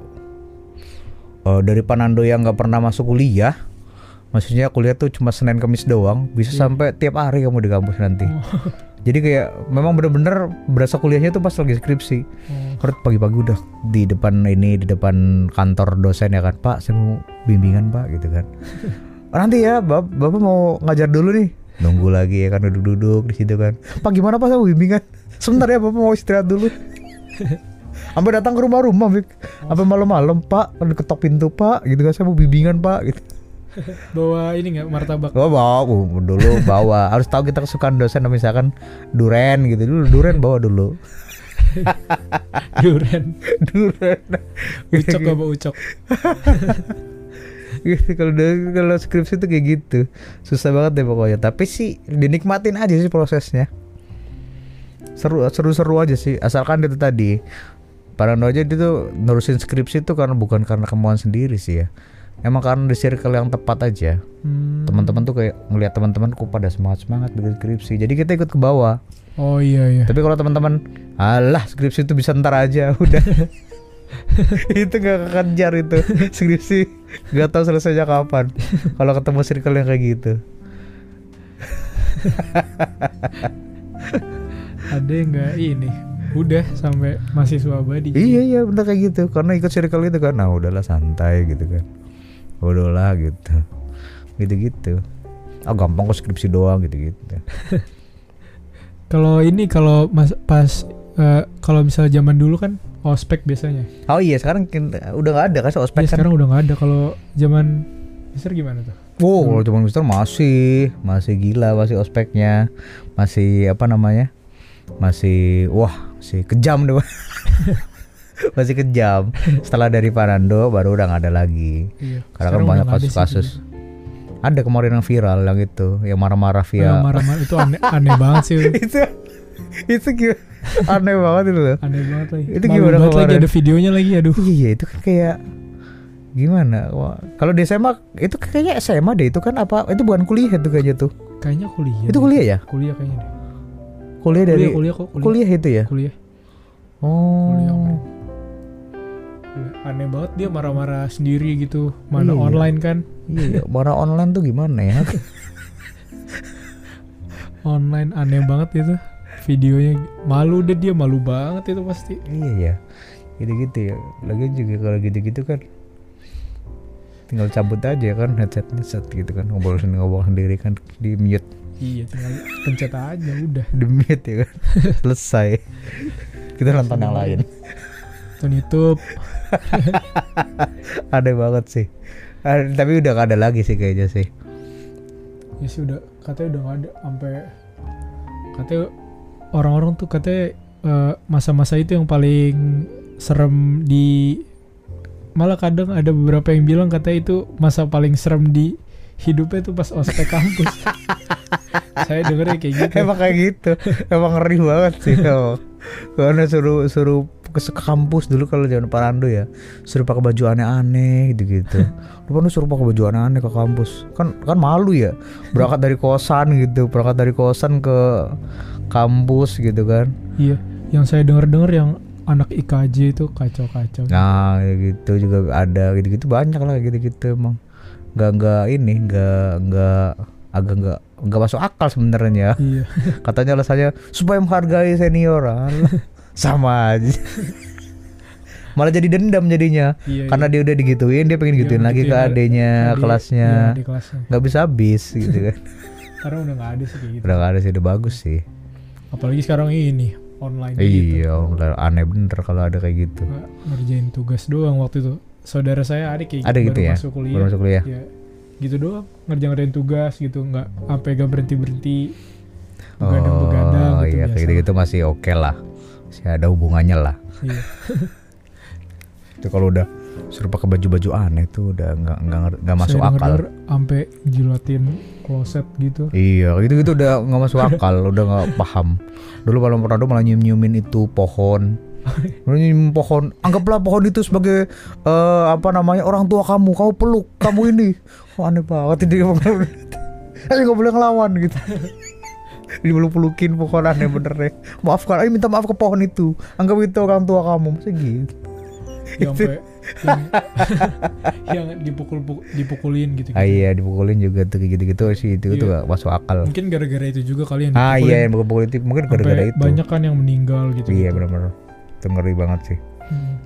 eh, dari Panando yang nggak pernah masuk kuliah, maksudnya kuliah tuh cuma Senin Kamis doang, bisa Iya. sampai tiap hari kamu di kampus nanti. Oh. Jadi kayak memang bener-bener berasa kuliahnya tuh pas lagi skripsi. Oh. Karena pagi-pagi udah di depan ini di depan kantor dosen ya kan, Pak saya mau bimbingan Pak gitu kan. "Oh, nanti ya bap bapak mau ngajar dulu nih. Nunggu lagi ya kan duduk-duduk di situ kan. Pak gimana Pak saya mau bimbingan? Sebentar ya bapak mau istirahat dulu. Sampai datang ke rumah-rumah, Bik. Sampai malam-malam Pak kan ketok pintu Pak gitu kan saya mau bimbingan Pak gitu. Bawa ini nggak martabak. Oh, bawa uh, dulu bawa harus tahu kita kesukaan dosen misalkan duren gitu dulu duren bawa dulu. Duren. Duren. Ucok gak bawa ucok. Gitu, kalau udah- kalau skripsi tuh kayak gitu susah banget deh pokoknya, tapi sih dinikmatin aja sih prosesnya, seru seru seru aja sih asalkan itu tadi Parando aja dia tuh nerusin skripsi tuh karena bukan karena kemauan sendiri sih ya. Emang karena di circle yang tepat aja. Hmm. Teman-teman tuh kayak ngelihat teman-teman kok pada semangat-semangat bikin skripsi. Jadi kita ikut ke bawah. Oh iya iya. Tapi kalau teman-teman, alah skripsi itu bisa ntar aja, udah. Itu gak kekejar itu skripsi, gak tahu selesainya kapan. Kalau ketemu circle yang kayak gitu. Ada yang nggak ini, udah sampai mahasiswa abadi. Iya iya bener kayak gitu. Karena ikut circle itu kan, nah udahlah santai gitu kan. Udahlah gitu, gitu-gitu. Ah gampang kok skripsi doang gitu-gitu. Kalau ini kalau mas pas uh, kalau misalnya zaman dulu kan ospek biasanya. Oh iya sekarang udah nggak ada kan ospek Ya, kan? sekarang udah nggak ada. Kalau zaman Mister gimana tuh? Wow, kalau zaman Mister masih masih gila masih ospeknya, masih apa namanya? Masih wah masih kejam deh. Masih kejam. Setelah dari Parando baru udah nggak ada lagi. Iya. Karena kan banyak kasus-kasus. Ada kemarin yang viral yang itu, yang marah-marah via. Yang marah-marah itu aneh, aneh banget sih. itu itu gimana? Aneh banget itu loh. Aneh banget lagi. Itu Malu gimana banget kemarin? lagi ada videonya lagi, aduh. Iya itu kan kayak gimana? Wah, kalau di S M A itu kayaknya S M A deh itu kan apa? Itu bukan kuliah itu kayaknya tuh. Kayaknya kuliah. Itu kuliah ya? Kuliah kayaknya deh. Kuliah dari Kuliah, kuliah kok. Kuliah, kuliah itu ya? kuliah. Oh. Kuliah online. Aneh banget dia marah-marah sendiri gitu. Mana Iya. online kan? Iya, marah online tuh gimana ya? Online aneh banget itu. Videonya malu deh dia, malu banget itu pasti. Iya ya. Gitu-gitu ya. Lagian juga kalau gitu-gitu kan tinggal cabut aja kan headsetnya set gitu kan, ngobrol sendiri ngobrol sendiri kan di mute. Iya, tinggal pencet aja udah. Di mute ya kan. Selesai. Kita nonton yang lain. Nonton YouTube. Ada banget sih. Ah, tapi udah gak ada lagi sih kayaknya sih. Ya sih udah, katanya udah gak ada. Sampai katanya orang-orang tuh katanya uh, masa-masa itu yang paling serem di, malah kadang ada beberapa yang bilang katanya itu masa paling serem di hidupnya tuh pas ospek kampus. Saya dengernya kayak gitu. Emang kayak gitu. Emang ngeri banget sih. Karena suruh suruh ke kampus dulu kalau zaman Parando ya, suruh pakai baju aneh-aneh gitu-gitu. Lu kan suruh pakai baju aneh-aneh ke kampus. Kan kan malu ya. Berangkat dari kosan gitu, berangkat dari kosan ke kampus gitu kan. Iya, yang saya dengar-dengar yang anak I K J itu kacau-kacau. Nah, gitu juga ada gitu-gitu banyak lah gitu-gitu emang. Enggak enggak ini, enggak enggak agak enggak enggak masuk akal sebenarnya. Iya. Katanya alasannya supaya menghargai senior. Alah, sama aja. Malah jadi dendam jadinya. Iya, karena iya. dia udah digituin, dia pengen Dia gituin lagi ke gituin adenya, adik- kelasnya. Iya, di kelasnya. Nggak bisa habis gitu kan. Karena udah nggak ada sih kayak gitu. Udah gak ada sih, udah bagus sih. Apalagi sekarang ini online gitu. Iya, udah aneh bener kalau ada kayak gitu. Nggak ngerjain tugas doang waktu itu. Saudara saya adik kayak Ada gitu, gitu baru ya? masuk kuliah. Baru masuk kuliah. Ya, gitu doang, ngerjain tugas gitu, nggak sampai gak berhenti berhenti. Begadang-begadang Oh gitu iya, biasa. kayak gitu-gitu masih oke lah. Masih ada hubungannya lah. Iya. Itu kalau udah suruh pakai baju-baju aneh tuh udah nggak nggak nggak masuk Saya akal. denger-denger sampai jilatin kloset gitu. Iya, gitu-gitu udah nggak masuk akal, udah nggak paham. Dulu kalau Parando malah nyium-nyiumin itu pohon, nyium pohon. Anggaplah pohon itu sebagai uh, apa namanya orang tua kamu, kamu peluk, kamu ini. Oh, aneh banget ini. Tapi nggak boleh ngelawan gitu. Dipeluk-pelukin pohon aneh bener deh. Maafkan, ayo minta maaf ke pohon itu. Anggap itu orang tua kamu, masa gitu. Yang sampai yang, yang dipukul dipukulin gitu. Ah iya, dipukulin juga tuh kayak gitu-gitu sih, itu Iya. tuh gak masuk akal. Mungkin gara-gara itu juga kali yang Ah dipukulin. iya, yang pukul itu mungkin gara-gara Sampai itu. banyak kan yang meninggal gitu. Iya benar-benar, itu ngeri banget sih. Hmm.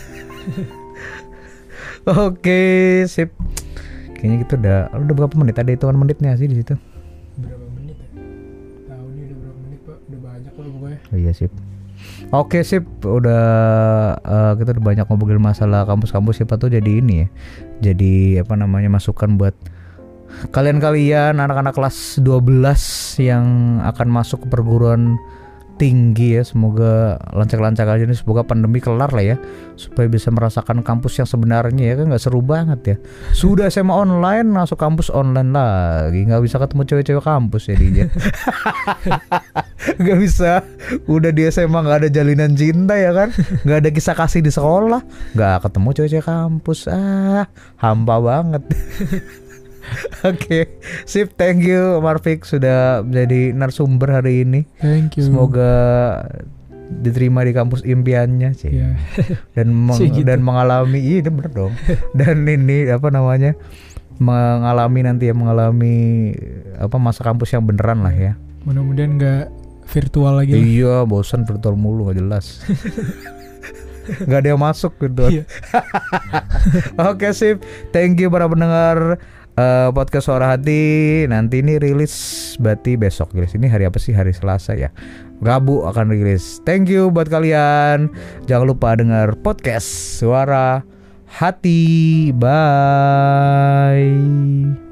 Oke, sip. Kayaknya kita udah, udah berapa menit? Ada hitungan menitnya sih di situ. Berapa menit ya? Tahu nih udah berapa menit Pak? Udah banyak lah pokoknya. Oh, iya sip. Oke sip, udah uh, kita udah banyak ngobrolin masalah kampus-kampus, siapa tuh jadi ini ya. Jadi apa namanya masukan buat kalian-kalian anak-anak kelas dua belas yang akan masuk ke perguruan tinggi ya. Semoga lancar-lancar aja nih, semoga pandemi kelar lah ya, supaya bisa merasakan kampus yang sebenarnya ya kan. Nggak seru banget ya, sudah S M A online masuk kampus online lagi, nggak bisa ketemu cewek-cewek kampus jadinya. Nggak bisa, udah di S M A nggak ada jalinan cinta ya kan, nggak ada kisah kasih di sekolah, nggak ketemu cewek-cewek kampus, ah hampa banget. Oke, okay. Sip, thank you Marfik sudah menjadi narasumber hari ini. Thank you. Semoga diterima di kampus impiannya, sih. Yeah. Dan meng- gitu. dan mengalami, iya bener dong. Dan ini apa namanya, mengalami nanti ya mengalami apa masa kampus yang beneran lah ya. Mudah-mudahan nggak virtual lagi. Iya, bosan virtual mulu nggak jelas. Nggak ada yang masuk gitu. Iya. Oke, sip, thank you para pendengar. Uh, podcast Suara Hati. Nanti ini rilis berarti besok rilis. Ini hari apa sih? Hari Selasa ya. Rabu akan rilis. Thank you buat kalian. Jangan lupa dengar podcast Suara Hati. Bye.